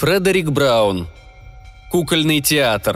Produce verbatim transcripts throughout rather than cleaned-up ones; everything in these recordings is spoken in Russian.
Фредерик Браун. Кукольный театр.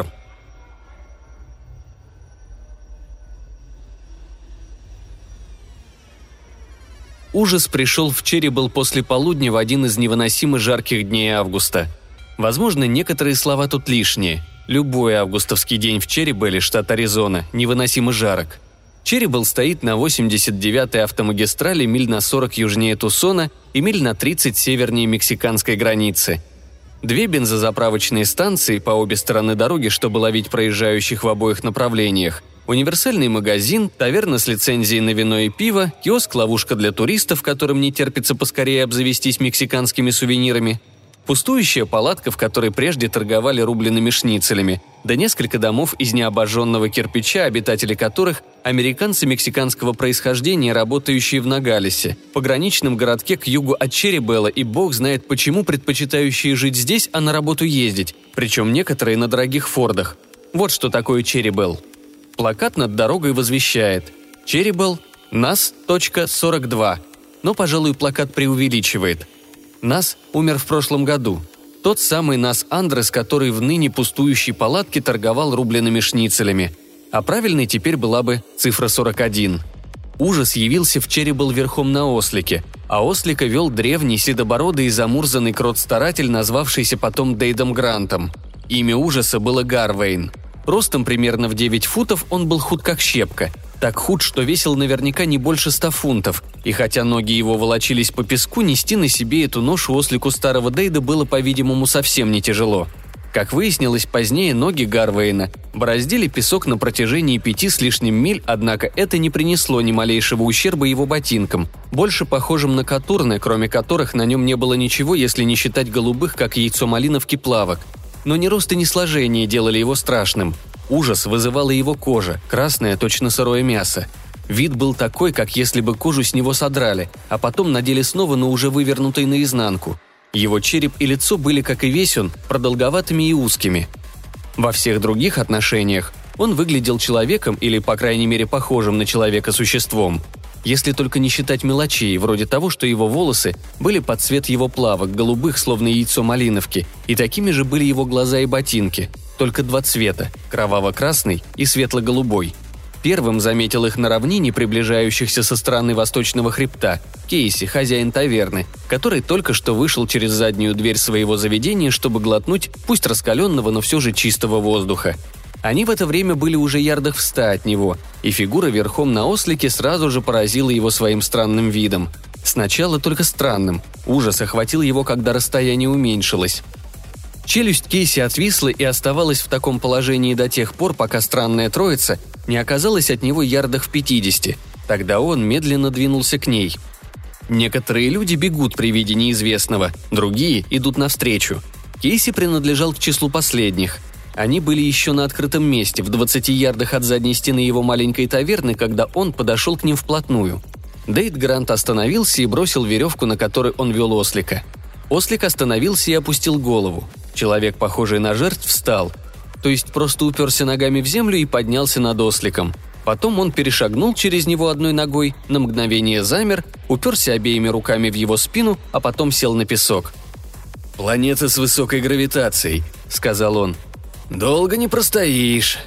Ужас пришел в Черрибелл после полудня в один из невыносимо жарких дней августа. Возможно, некоторые слова тут лишние. Любой августовский день в Черрибелле, штат Аризона, невыносимо жарок. Черрибелл стоит на восемьдесят девятой автомагистрали миль на сорок южнее Тусона и миль на тридцать севернее мексиканской границы. Две бензозаправочные станции по обе стороны дороги, чтобы ловить проезжающих в обоих направлениях, универсальный магазин, таверна с лицензией на вино и пиво, киоск-ловушка для туристов, которым не терпится поскорее обзавестись мексиканскими сувенирами, пустующая палатка, в которой прежде торговали рубленными шницелями, да несколько домов из необожженного кирпича, обитатели которых – американцы мексиканского происхождения, работающие в Ногалесе, пограничном городке к югу от Черрибелла, и бог знает почему предпочитающие жить здесь, а на работу ездить, причем некоторые на дорогих фордах. Вот что такое Черрибелл. Плакат над дорогой возвещает «Черрибелл, Нас, точка сорок два», но, пожалуй, плакат преувеличивает. Нас умер в прошлом году. Тот самый Нас Андрес, который в ныне пустующей палатке торговал рубленными шницелями. А правильной теперь была бы цифра сорок один. Ужас явился в Черрибелл верхом на ослике, а ослика вел древний, седобородый и замурзанный крот-старатель, назвавшийся потом Дейдом Грантом. Имя ужаса было Гарвейн. Ростом примерно в девять футов он был худ как щепка. Так худ, что весил наверняка не больше ста фунтов, и хотя ноги его волочились по песку, нести на себе эту ношу ослику старого Дейда было, по-видимому, совсем не тяжело. Как выяснилось позднее, ноги Гарвейна бороздили песок на протяжении пяти с лишним миль, однако это не принесло ни малейшего ущерба его ботинкам, больше похожим на катурны, кроме которых на нем не было ничего, если не считать голубых, как яйцо малиновки, плавок. Но ни рост и ни сложение делали его страшным. Ужас вызывала его кожа, красное, точно сырое мясо. Вид был такой, как если бы кожу с него содрали, а потом надели снова, но уже вывернутой наизнанку. Его череп и лицо были, как и весь он, продолговатыми и узкими. Во всех других отношениях он выглядел человеком или, по крайней мере, похожим на человека существом. Если только не считать мелочей, вроде того, что его волосы были под цвет его плавок, голубых, словно яйцо малиновки, и такими же были его глаза и ботинки, только два цвета – кроваво-красный и светло-голубой. Первым заметил их на равнине, приближающихся со стороны восточного хребта, Кейси, хозяин таверны, который только что вышел через заднюю дверь своего заведения, чтобы глотнуть, пусть раскаленного, но все же чистого воздуха. Они в это время были уже ярдах в ста от него, и фигура верхом на ослике сразу же поразила его своим странным видом. Сначала только странным. Ужас охватил его, когда расстояние уменьшилось. Челюсть Кейси отвисла и оставалась в таком положении до тех пор, пока странная троица не оказалась от него ярдах в пятидесяти. Тогда он медленно двинулся к ней. Некоторые люди бегут при виде неизвестного, другие идут навстречу. Кейси принадлежал к числу последних. Они были еще на открытом месте, в двадцати ярдах от задней стены его маленькой таверны, когда он подошел к ним вплотную. Дейд Грант остановился и бросил веревку, на которой он вел ослика. Ослик остановился и опустил голову. Человек, похожий на жертв, встал. То есть просто уперся ногами в землю и поднялся над осликом. Потом он перешагнул через него одной ногой, на мгновение замер, уперся обеими руками в его спину, а потом сел на песок. «Планета с высокой гравитацией», — сказал он. «Долго не простоишь».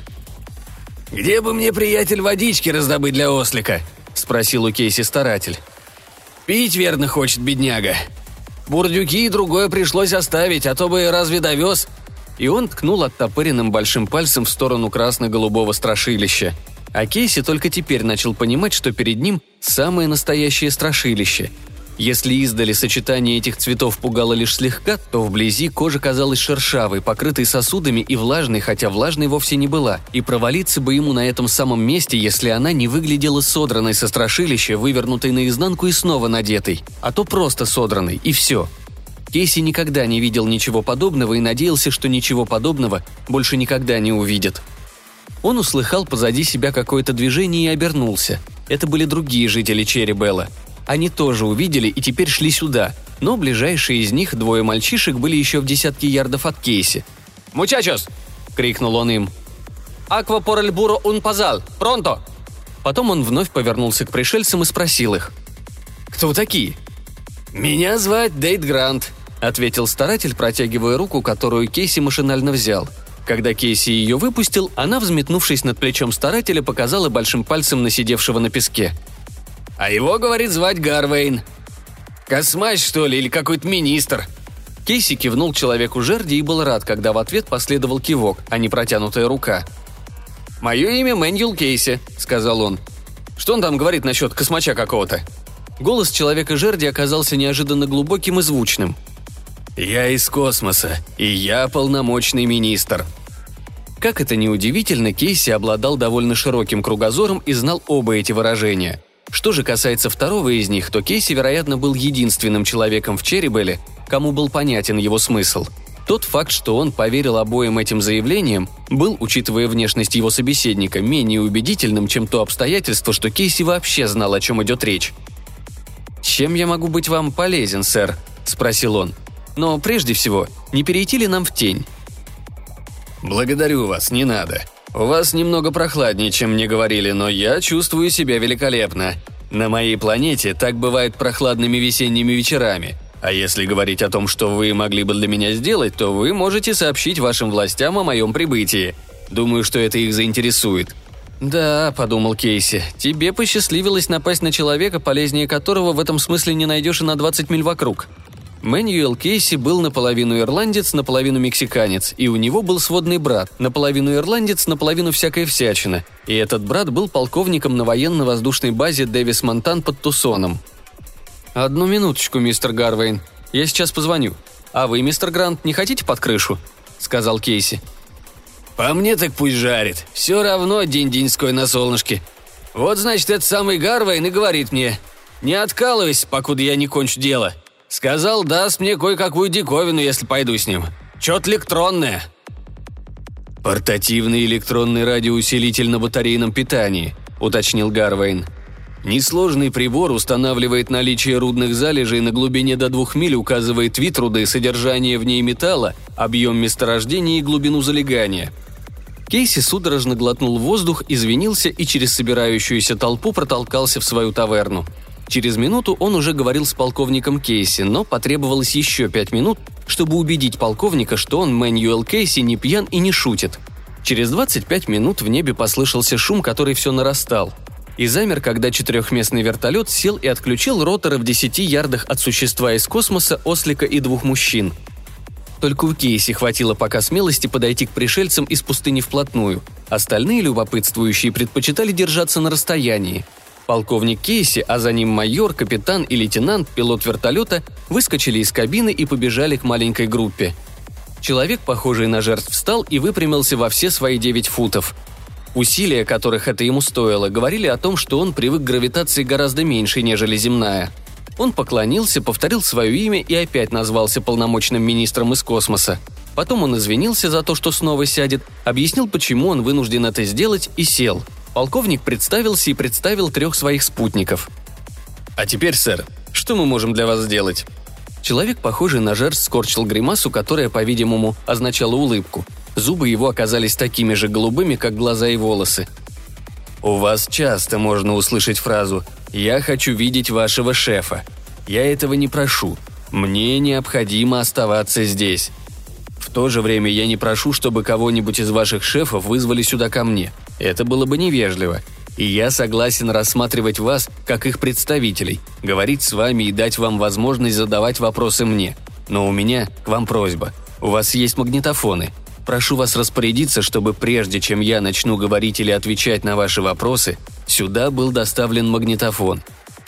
«Где бы мне, приятель, водички раздобыть для ослика?» — спросил у Кейси старатель. «Пить верно хочет, бедняга. Бурдюки и другое пришлось оставить, а то бы разве довез?» И он ткнул оттопыренным большим пальцем в сторону красно-голубого страшилища. А Кейси только теперь начал понимать, что перед ним самое настоящее страшилище. Если издали сочетание этих цветов пугало лишь слегка, то вблизи кожа казалась шершавой, покрытой сосудами и влажной, хотя влажной вовсе не была, и провалиться бы ему на этом самом месте, если она не выглядела содранной со страшилища, вывернутой наизнанку и снова надетой, а то просто содранной, и все. Кейси никогда не видел ничего подобного и надеялся, что ничего подобного больше никогда не увидит. Он услыхал позади себя какое-то движение и обернулся. Это были другие жители Черрибелла. Они тоже увидели и теперь шли сюда, но ближайшие из них, двое мальчишек, были еще в десятке ярдов от Кейси. «Мучачос!» – крикнул он им. «Аква por el burro un pasal! Пронто!» Потом он вновь повернулся к пришельцам и спросил их. «Кто вы такие?» «Меня звать Дейд Грант. – ответил старатель, протягивая руку, которую Кейси машинально взял. Когда Кейси ее выпустил, она, взметнувшись над плечом старателя, показала большим пальцем на сидевшего на песке. «А его, говорит, звать Гарвейн. Космач, что ли, или какой-то министр?» Кейси кивнул человеку жерди и был рад, когда в ответ последовал кивок, а не протянутая рука. «Мое имя Мэньюл Кейси», — сказал он. «Что он там говорит насчет космача какого-то?» Голос человека жерди оказался неожиданно глубоким и звучным. «Я из космоса, и я полномочный министр». Как это ни удивительно, Кейси обладал довольно широким кругозором и знал оба эти выражения. Что же касается второго из них, то Кейси, вероятно, был единственным человеком в Черрибелле, кому был понятен его смысл. Тот факт, что он поверил обоим этим заявлениям, был, учитывая внешность его собеседника, менее убедительным, чем то обстоятельство, что Кейси вообще знал, о чем идет речь. «Чем я могу быть вам полезен, сэр?» – спросил он. «Но прежде всего, не перейти ли нам в тень?» «Благодарю вас, не надо. У вас немного прохладнее, чем мне говорили, но я чувствую себя великолепно. На моей планете так бывает прохладными весенними вечерами. А если говорить о том, что вы могли бы для меня сделать, то вы можете сообщить вашим властям о моем прибытии. Думаю, что это их заинтересует». «Да», — подумал Кейси, — «тебе посчастливилось напасть на человека, полезнее которого в этом смысле не найдешь и на двадцать миль вокруг». Мэньюэл Кейси был наполовину ирландец, наполовину мексиканец, и у него был сводный брат, наполовину ирландец, наполовину всякая всячина, и этот брат был полковником на военно-воздушной базе Дэвис Монтан под Тусоном. «Одну минуточку, мистер Гарвейн. Я сейчас позвоню. А вы, мистер Грант, не хотите под крышу?» – сказал Кейси. «По мне так пусть жарит. Все равно день-деньской на солнышке. Вот, значит, этот самый Гарвейн и говорит мне: не откалывайся, покуда я не кончу дело. Сказал, даст мне кое-какую диковину, если пойду с ним. Чё-то электронное». «Портативный электронный радиоусилитель на батарейном питании», – уточнил Гарвейн. «Несложный прибор устанавливает наличие рудных залежей на глубине до двух миль, указывает вид руды, содержание в ней металла, объем месторождения и глубину залегания». Кейси судорожно глотнул воздух, извинился и через собирающуюся толпу протолкался в свою таверну. Через минуту он уже говорил с полковником Кейси, но потребовалось еще пять минут, чтобы убедить полковника, что он, Мэньюэл Кейси, не пьян и не шутит. Через двадцать пять минут в небе послышался шум, который все нарастал. И замер, когда четырехместный вертолет сел и отключил роторы в десяти ярдах от существа из космоса, ослика и двух мужчин. Только у Кейси хватило пока смелости подойти к пришельцам из пустыни вплотную. Остальные любопытствующие предпочитали держаться на расстоянии. Полковник Кейси, а за ним майор, капитан и лейтенант, пилот вертолета, выскочили из кабины и побежали к маленькой группе. Человек, похожий на жертв, встал и выпрямился во все свои девять футов. Усилия, которых это ему стоило, говорили о том, что он привык к гравитации гораздо меньше, нежели земная. Он поклонился, повторил свое имя и опять назвался полномочным министром из космоса. Потом он извинился за то, что снова сядет, объяснил, почему он вынужден это сделать, и сел. Полковник представился и представил трех своих спутников. «А теперь, сэр, что мы можем для вас сделать?» Человек, похожий на жертв, скорчил гримасу, которая, по-видимому, означала улыбку. Зубы его оказались такими же голубыми, как глаза и волосы. «У вас часто можно услышать фразу «Я хочу видеть вашего шефа». Я этого не прошу. Мне необходимо оставаться здесь. В то же время я не прошу, чтобы кого-нибудь из ваших шефов вызвали сюда ко мне. Это было бы невежливо. И я согласен рассматривать вас как их представителей, говорить с вами и дать вам возможность задавать вопросы мне. Но у меня к вам просьба. У вас есть магнитофоны. Прошу вас распорядиться, чтобы прежде чем я начну говорить или отвечать на ваши вопросы, сюда был доставлен магнитофон.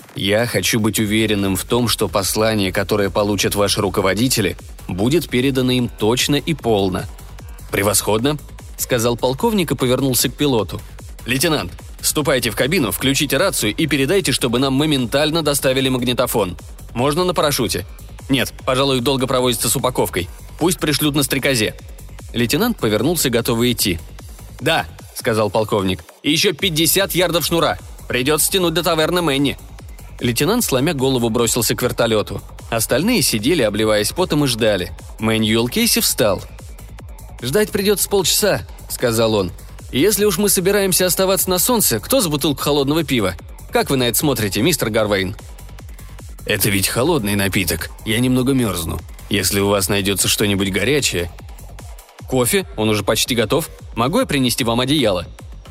Я хочу быть уверенным в том, что послание, которое получат ваши руководители, будет передано им точно и полно». «Превосходно», — сказал полковник и повернулся к пилоту. «Лейтенант, ступайте в кабину, включите рацию и передайте, чтобы нам моментально доставили магнитофон. Можно на парашюте? Нет, пожалуй, долго провозится с упаковкой. Пусть пришлют на стрекозе». Лейтенант повернулся, готовый идти. «Да», — сказал полковник, — «и еще пятьдесят ярдов шнура. Придется стянуть до таверны Мэнни». Лейтенант, сломя голову, бросился к вертолету. Остальные сидели, обливаясь потом, и ждали. Мэньюэл Кейси встал. «Ждать придется полчаса», — сказал он. «Если уж мы собираемся оставаться на солнце, кто за бутылку холодного пива? Как вы на это смотрите, мистер Гарвейн?» «Это ведь холодный напиток. Я немного мерзну. Если у вас найдется что-нибудь горячее...» «Кофе? Он уже почти готов. Могу я принести вам одеяло?»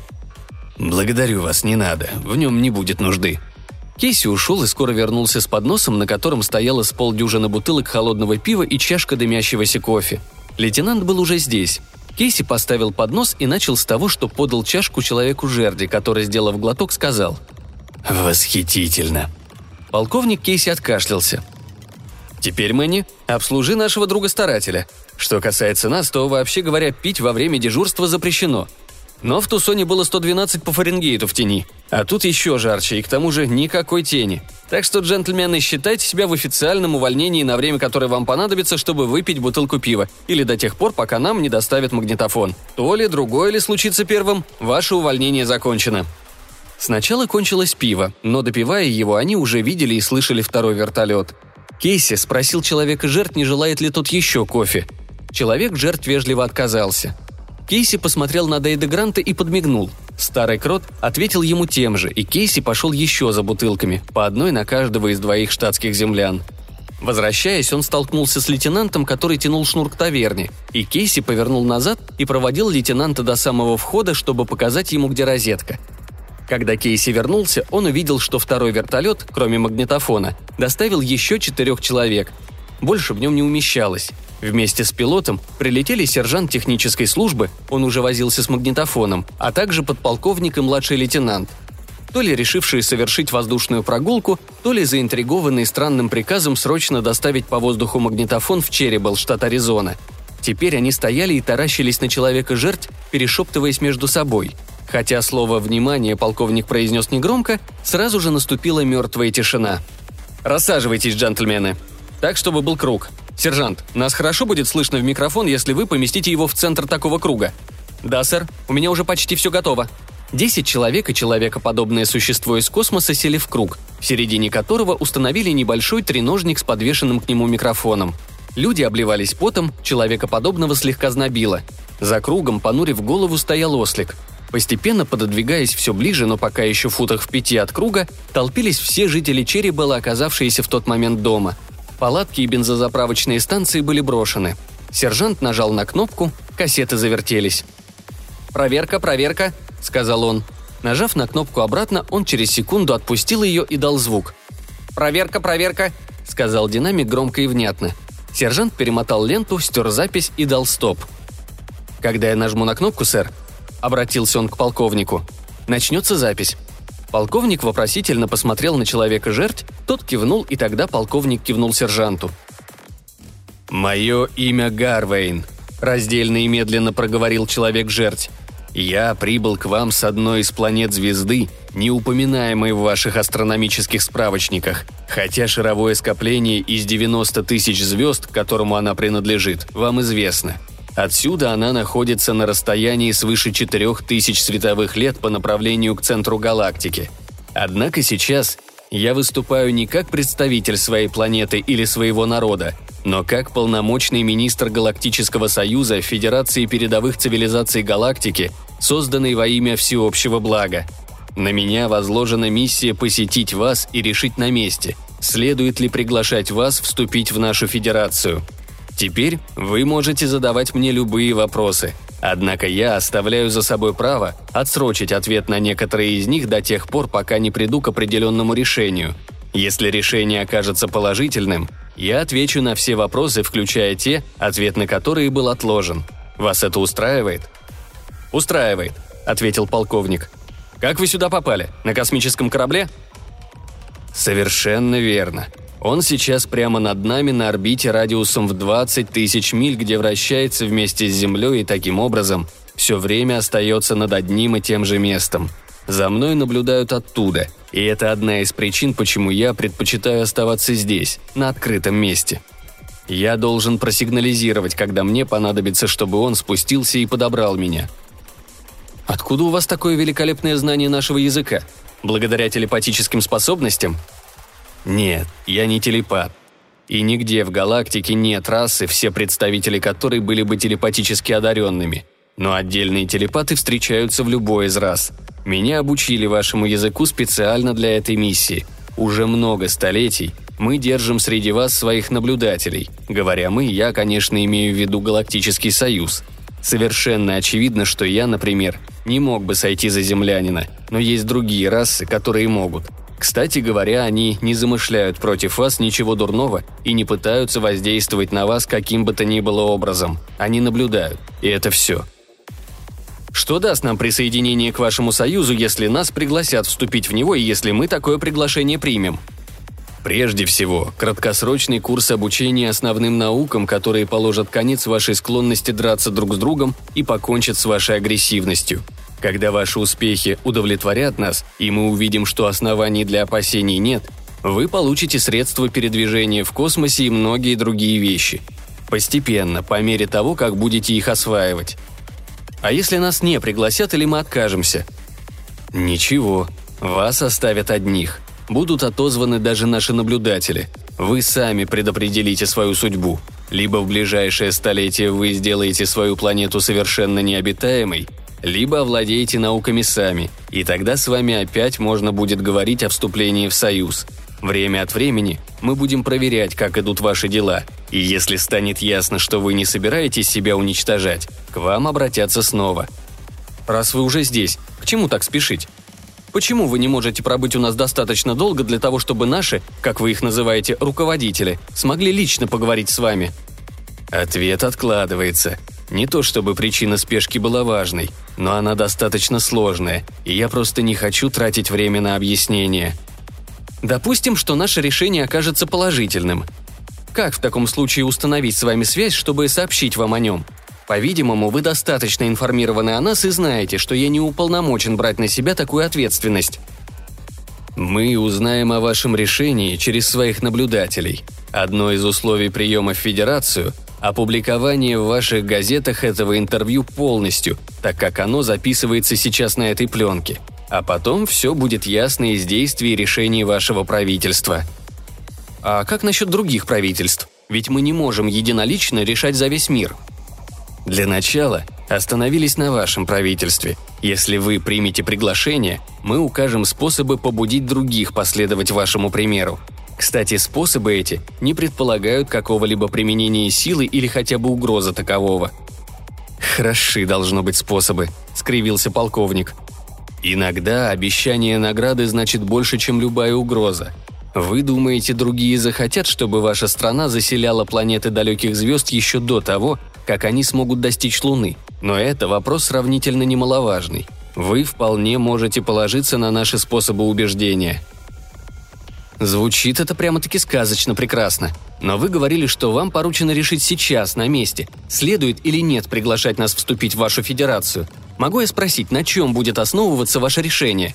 «Благодарю вас, не надо. В нем не будет нужды». Кейси ушел и скоро вернулся с подносом, на котором стояло с полдюжины бутылок холодного пива и чашка дымящегося кофе. Лейтенант был уже здесь. Кейси поставил поднос и начал с того, что подал чашку человеку жерди, который, сделав глоток, сказал: «Восхитительно». Полковник Кейси откашлялся. «Теперь, Мэнни, обслужи нашего друга-старателя. Что касается нас, то, вообще говоря, пить во время дежурства запрещено. Но в Тусоне было сто двенадцать по Фаренгейту в тени, а тут еще жарче, и к тому же никакой тени. Так что, джентльмены, считайте себя в официальном увольнении на время, которое вам понадобится, чтобы выпить бутылку пива, или до тех пор, пока нам не доставят магнитофон. То ли другое ли случится первым, ваше увольнение закончено». Сначала кончилось пиво, но допивая его, они уже видели и слышали второй вертолет. Кейси спросил человека жертв, не желает ли тот еще кофе. Человек жертв вежливо отказался. Кейси посмотрел на Дейда Гранта и подмигнул. Старый крот ответил ему тем же, и Кейси пошел еще за бутылками, по одной на каждого из двоих штатских землян. Возвращаясь, он столкнулся с лейтенантом, который тянул шнур к таверне, и Кейси повернул назад и проводил лейтенанта до самого входа, чтобы показать ему, где розетка. Когда Кейси вернулся, он увидел, что второй вертолет, кроме магнитофона, доставил еще четырех человек. Больше в нем не умещалось. Вместе с пилотом прилетели сержант технической службы, он уже возился с магнитофоном, а также подполковник и младший лейтенант. То ли решившие совершить воздушную прогулку, то ли заинтригованные странным приказом срочно доставить по воздуху магнитофон в Черрибелл, штат Аризона. Теперь они стояли и таращились на человека жертв, перешептываясь между собой. Хотя слово «внимание» полковник произнес негромко, сразу же наступила мертвая тишина. «Рассаживайтесь, джентльмены. Так, чтобы был круг. Сержант, нас хорошо будет слышно в микрофон, если вы поместите его в центр такого круга». «Да, сэр. У меня уже почти все готово». Десять человек и человекоподобное существо из космоса сели в круг, в середине которого установили небольшой треножник с подвешенным к нему микрофоном. Люди обливались потом, человекоподобного слегка знобило. За кругом, понурив голову, стоял ослик. Постепенно пододвигаясь все ближе, но пока еще в футах в пяти от круга, толпились все жители Черрибелла, оказавшиеся в тот момент дома. Палатки и бензозаправочные станции были брошены. Сержант нажал на кнопку, кассеты завертелись. «Проверка, проверка», — сказал он. Нажав на кнопку обратно, он через секунду отпустил ее и дал звук. «Проверка, проверка», — сказал динамик громко и внятно. Сержант перемотал ленту, стер запись и дал стоп. «Когда я нажму на кнопку, сэр», — обратился он к полковнику, — «начнется запись». Полковник вопросительно посмотрел на человека жертв, тот кивнул, и тогда полковник кивнул сержанту. «Мое имя Гарвейн», — раздельно и медленно проговорил человек жертв. «Я прибыл к вам с одной из планет звезды, не упоминаемой в ваших астрономических справочниках, хотя шаровое скопление из девяноста тысяч звезд, к которому она принадлежит, вам известно. Отсюда она находится на расстоянии свыше четырех тысяч световых лет по направлению к центру галактики. Однако сейчас я выступаю не как представитель своей планеты или своего народа, но как полномочный министр Галактического Союза Федерации передовых цивилизаций галактики, созданной во имя всеобщего блага. На меня возложена миссия посетить вас и решить на месте, следует ли приглашать вас вступить в нашу федерацию. Теперь вы можете задавать мне любые вопросы, однако я оставляю за собой право отсрочить ответ на некоторые из них до тех пор, пока не приду к определенному решению. Если решение окажется положительным, я отвечу на все вопросы, включая те, ответ на которые был отложен. Вас это устраивает?» «Устраивает», — ответил полковник. «Как вы сюда попали? На космическом корабле?» «Совершенно верно. Он сейчас прямо над нами на орбите радиусом в двадцать тысяч миль, где вращается вместе с Землей и таким образом все время остается над одним и тем же местом. За мной наблюдают оттуда, и это одна из причин, почему я предпочитаю оставаться здесь, на открытом месте. Я должен просигнализировать, когда мне понадобится, чтобы он спустился и подобрал меня». «Откуда у вас такое великолепное знание нашего языка? Благодаря телепатическим способностям?» «Нет, я не телепат. И нигде в галактике нет расы, все представители которой были бы телепатически одаренными. Но отдельные телепаты встречаются в любой из рас. Меня обучили вашему языку специально для этой миссии. Уже много столетий Мы держим среди вас своих наблюдателей. Говоря «мы», я, конечно, имею в виду Галактический Союз. Совершенно очевидно, что я, например, не мог бы сойти за землянина, но есть другие расы, которые могут. Кстати говоря, они не замышляют против вас ничего дурного и не пытаются воздействовать на вас каким бы то ни было образом. Они наблюдают, и это все. Что даст нам присоединение к вашему союзу, если нас пригласят вступить в него и если мы такое приглашение примем? Прежде всего, краткосрочный курс обучения основным наукам, которые положат конец вашей склонности драться друг с другом и покончат с вашей агрессивностью. Когда ваши успехи удовлетворят нас, и мы увидим, что оснований для опасений нет, вы получите средства передвижения в космосе и многие другие вещи. Постепенно, по мере того, как будете их осваивать. А если нас не пригласят или мы откажемся? Ничего, вас оставят одних. Будут отозваны даже наши наблюдатели. Вы сами предопределите свою судьбу. Либо в ближайшее столетие вы сделаете свою планету совершенно необитаемой, либо овладеете науками сами, и тогда с вами опять можно будет говорить о вступлении в союз. Время от времени мы будем проверять, как идут ваши дела, и если станет ясно, что вы не собираетесь себя уничтожать, к вам обратятся снова. Раз вы уже здесь, к чему так спешить? Почему вы не можете пробыть у нас достаточно долго для того, чтобы наши, как вы их называете, руководители, смогли лично поговорить с вами? Ответ откладывается. Не то чтобы причина спешки была важной, но она достаточно сложная, и я просто не хочу тратить время на объяснение. Допустим, что наше решение окажется положительным. Как в таком случае установить с вами связь, чтобы сообщить вам о нем? По-видимому, вы достаточно информированы о нас и знаете, что я не уполномочен брать на себя такую ответственность. Мы узнаем о вашем решении через своих наблюдателей. Одно из условий приема в Федерацию – опубликование в ваших газетах этого интервью полностью, так как оно записывается сейчас на этой пленке. А потом все будет ясно из действий и решений вашего правительства. А как насчет других правительств? Ведь мы не можем единолично решать за весь мир. Для начала остановились на вашем правительстве. Если вы примете приглашение, мы укажем способы побудить других последовать вашему примеру. Кстати, способы эти не предполагают какого-либо применения силы или хотя бы угрозы такового. «Хороши должно быть способы», — скривился полковник. «Иногда обещание награды значит больше, чем любая угроза. Вы думаете, другие захотят, чтобы ваша страна заселяла планеты далеких звезд еще до того, как они смогут достичь Луны? Но это вопрос сравнительно немаловажный. Вы вполне можете положиться на наши способы убеждения». Звучит это прямо-таки сказочно прекрасно. Но вы говорили, что вам поручено решить сейчас, на месте, следует или нет приглашать нас вступить в вашу федерацию. Могу я спросить, на чем будет основываться ваше решение?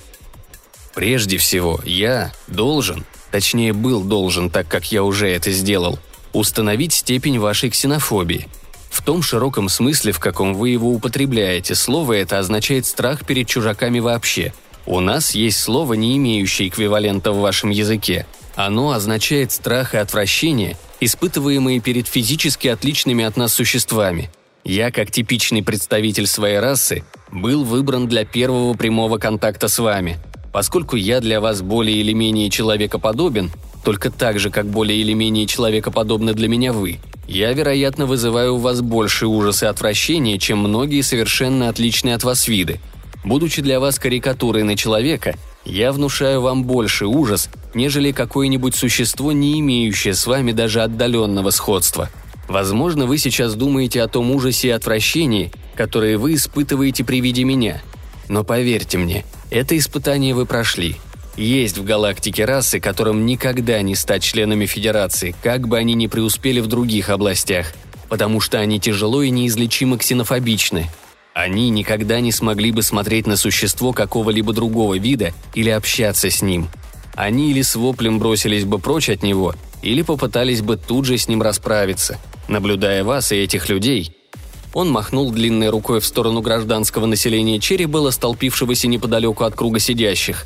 Прежде всего, я должен, точнее был должен, так как я уже это сделал, установить степень вашей ксенофобии. В том широком смысле, в каком вы его употребляете, слово это означает страх перед чужаками вообще. У нас есть слово, не имеющее эквивалента в вашем языке. Оно означает страх и отвращение, испытываемые перед физически отличными от нас существами. Я, как типичный представитель своей расы, был выбран для первого прямого контакта с вами. Поскольку я для вас более или менее человекоподобен, только так же, как более или менее человекоподобны для меня вы, я, вероятно, вызываю у вас больше ужаса и отвращения, чем многие совершенно отличные от вас виды. Будучи для вас карикатурой на человека, я внушаю вам больше ужас, нежели какое-нибудь существо, не имеющее с вами даже отдаленного сходства. Возможно, вы сейчас думаете о том ужасе и отвращении, которые вы испытываете при виде меня. Но поверьте мне, это испытание вы прошли. Есть в галактике расы, которым никогда не стать членами Федерации, как бы они ни преуспели в других областях, потому что они тяжело и неизлечимо ксенофобичны. Они никогда не смогли бы смотреть на существо какого-либо другого вида или общаться с ним. Они или с воплем бросились бы прочь от него, или попытались бы тут же с ним расправиться. Наблюдая вас и этих людей, он махнул длинной рукой в сторону гражданского населения Черрибелла, столпившегося неподалеку от круга сидящих.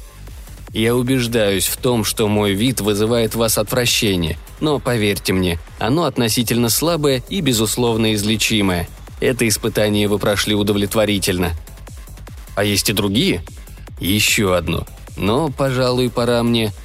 «Я убеждаюсь в том, что мой вид вызывает в вас отвращение, но, поверьте мне, оно относительно слабое и, безусловно, излечимое. Это испытание вы прошли удовлетворительно. А есть и другие? Еще одно. Но, пожалуй, пора мне...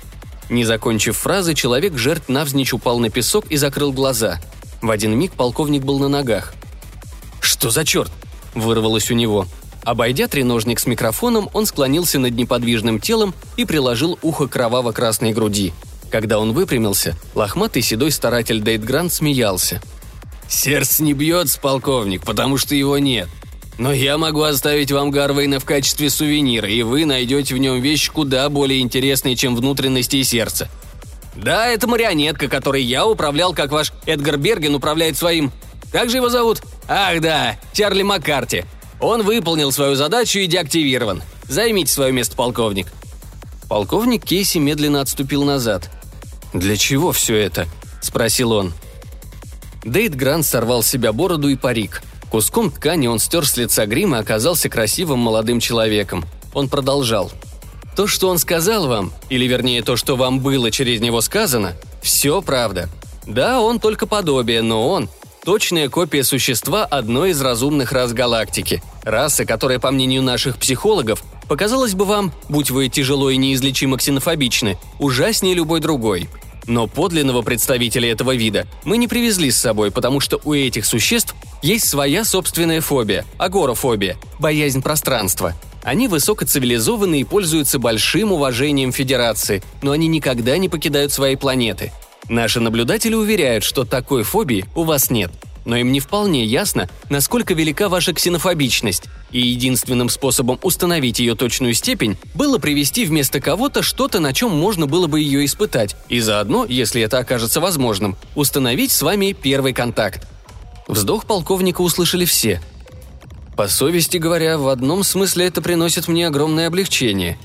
Не закончив фразы, человек-жертв навзничь упал на песок и закрыл глаза. В один миг полковник был на ногах. «Что за черт?» – вырвалось у него. Обойдя треножник с микрофоном, он склонился над неподвижным телом и приложил ухо к кроваво-красной груди. Когда он выпрямился, лохматый седой старатель Дейт Грант смеялся. «Сердце не бьется, полковник, потому что его нет. Но я могу оставить вам Гарвейна в качестве сувенира, и вы найдете в нем вещь куда более интересные, чем внутренности и сердце. Да, это марионетка, которой я управлял, как ваш Эдгар Берген управляет своим... Как же его зовут? Ах да, Чарли Маккарти. Он выполнил свою задачу и деактивирован. Займите свое место, полковник». Полковник Кейси медленно отступил назад. «Для чего все это?» – спросил он. Дейт Грант сорвал с себя бороду и парик. Куском ткани он стер с лица грим и оказался красивым молодым человеком. Он продолжал. «То, что он сказал вам, или вернее то, что вам было через него сказано, все правда. Да, он только подобие, но он – точная копия существа одной из разумных рас галактики. Раса, которая, по мнению наших психологов, показалась бы вам, будь вы тяжело и неизлечимо ксенофобичны, ужаснее любой другой. Но подлинного представителя этого вида мы не привезли с собой, потому что у этих существ есть своя собственная фобия – агорафобия, боязнь пространства. Они высокоцивилизованы и пользуются большим уважением Федерации, но они никогда не покидают своей планеты. Наши наблюдатели уверяют, что такой фобии у вас нет. Но им не вполне ясно, насколько велика ваша ксенофобичность, и единственным способом установить ее точную степень было привести вместо кого-то что-то, на чем можно было бы ее испытать, и заодно, если это окажется возможным, установить с вами первый контакт. Вздох полковника услышали все. По совести говоря, в одном смысле это приносит мне огромное облегчение.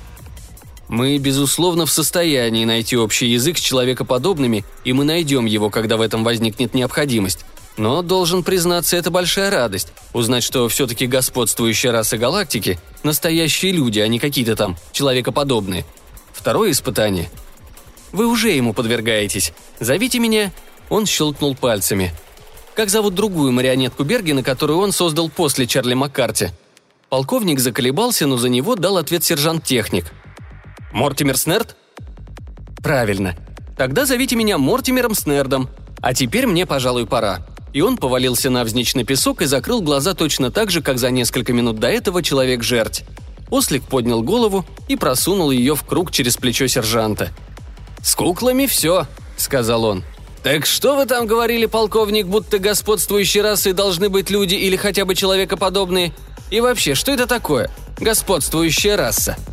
Мы, безусловно, в состоянии найти общий язык с человекоподобными, и мы найдем его, когда в этом возникнет необходимость. Но, должен признаться, это большая радость – узнать, что все-таки господствующая раса галактики – настоящие люди, а не какие-то там человекоподобные. Второе испытание. Вы уже ему подвергаетесь. Зовите меня… Он щелкнул пальцами. Как зовут другую марионетку Бергена, которую он создал после Чарли Маккарти? Полковник заколебался, но за него дал ответ сержант-техник. Мортимер Снерд? Правильно. Тогда зовите меня Мортимером Снердом. А теперь мне, пожалуй, пора. И он повалился навзничь на песок и закрыл глаза точно так же, как за несколько минут до этого человек-жерть. Ослик поднял голову и просунул ее в круг через плечо сержанта. «С куклами все», — сказал он. «Так что вы там говорили, полковник, будто господствующие расы должны быть люди или хотя бы человекоподобные? И вообще, что это такое? Господствующая раса?»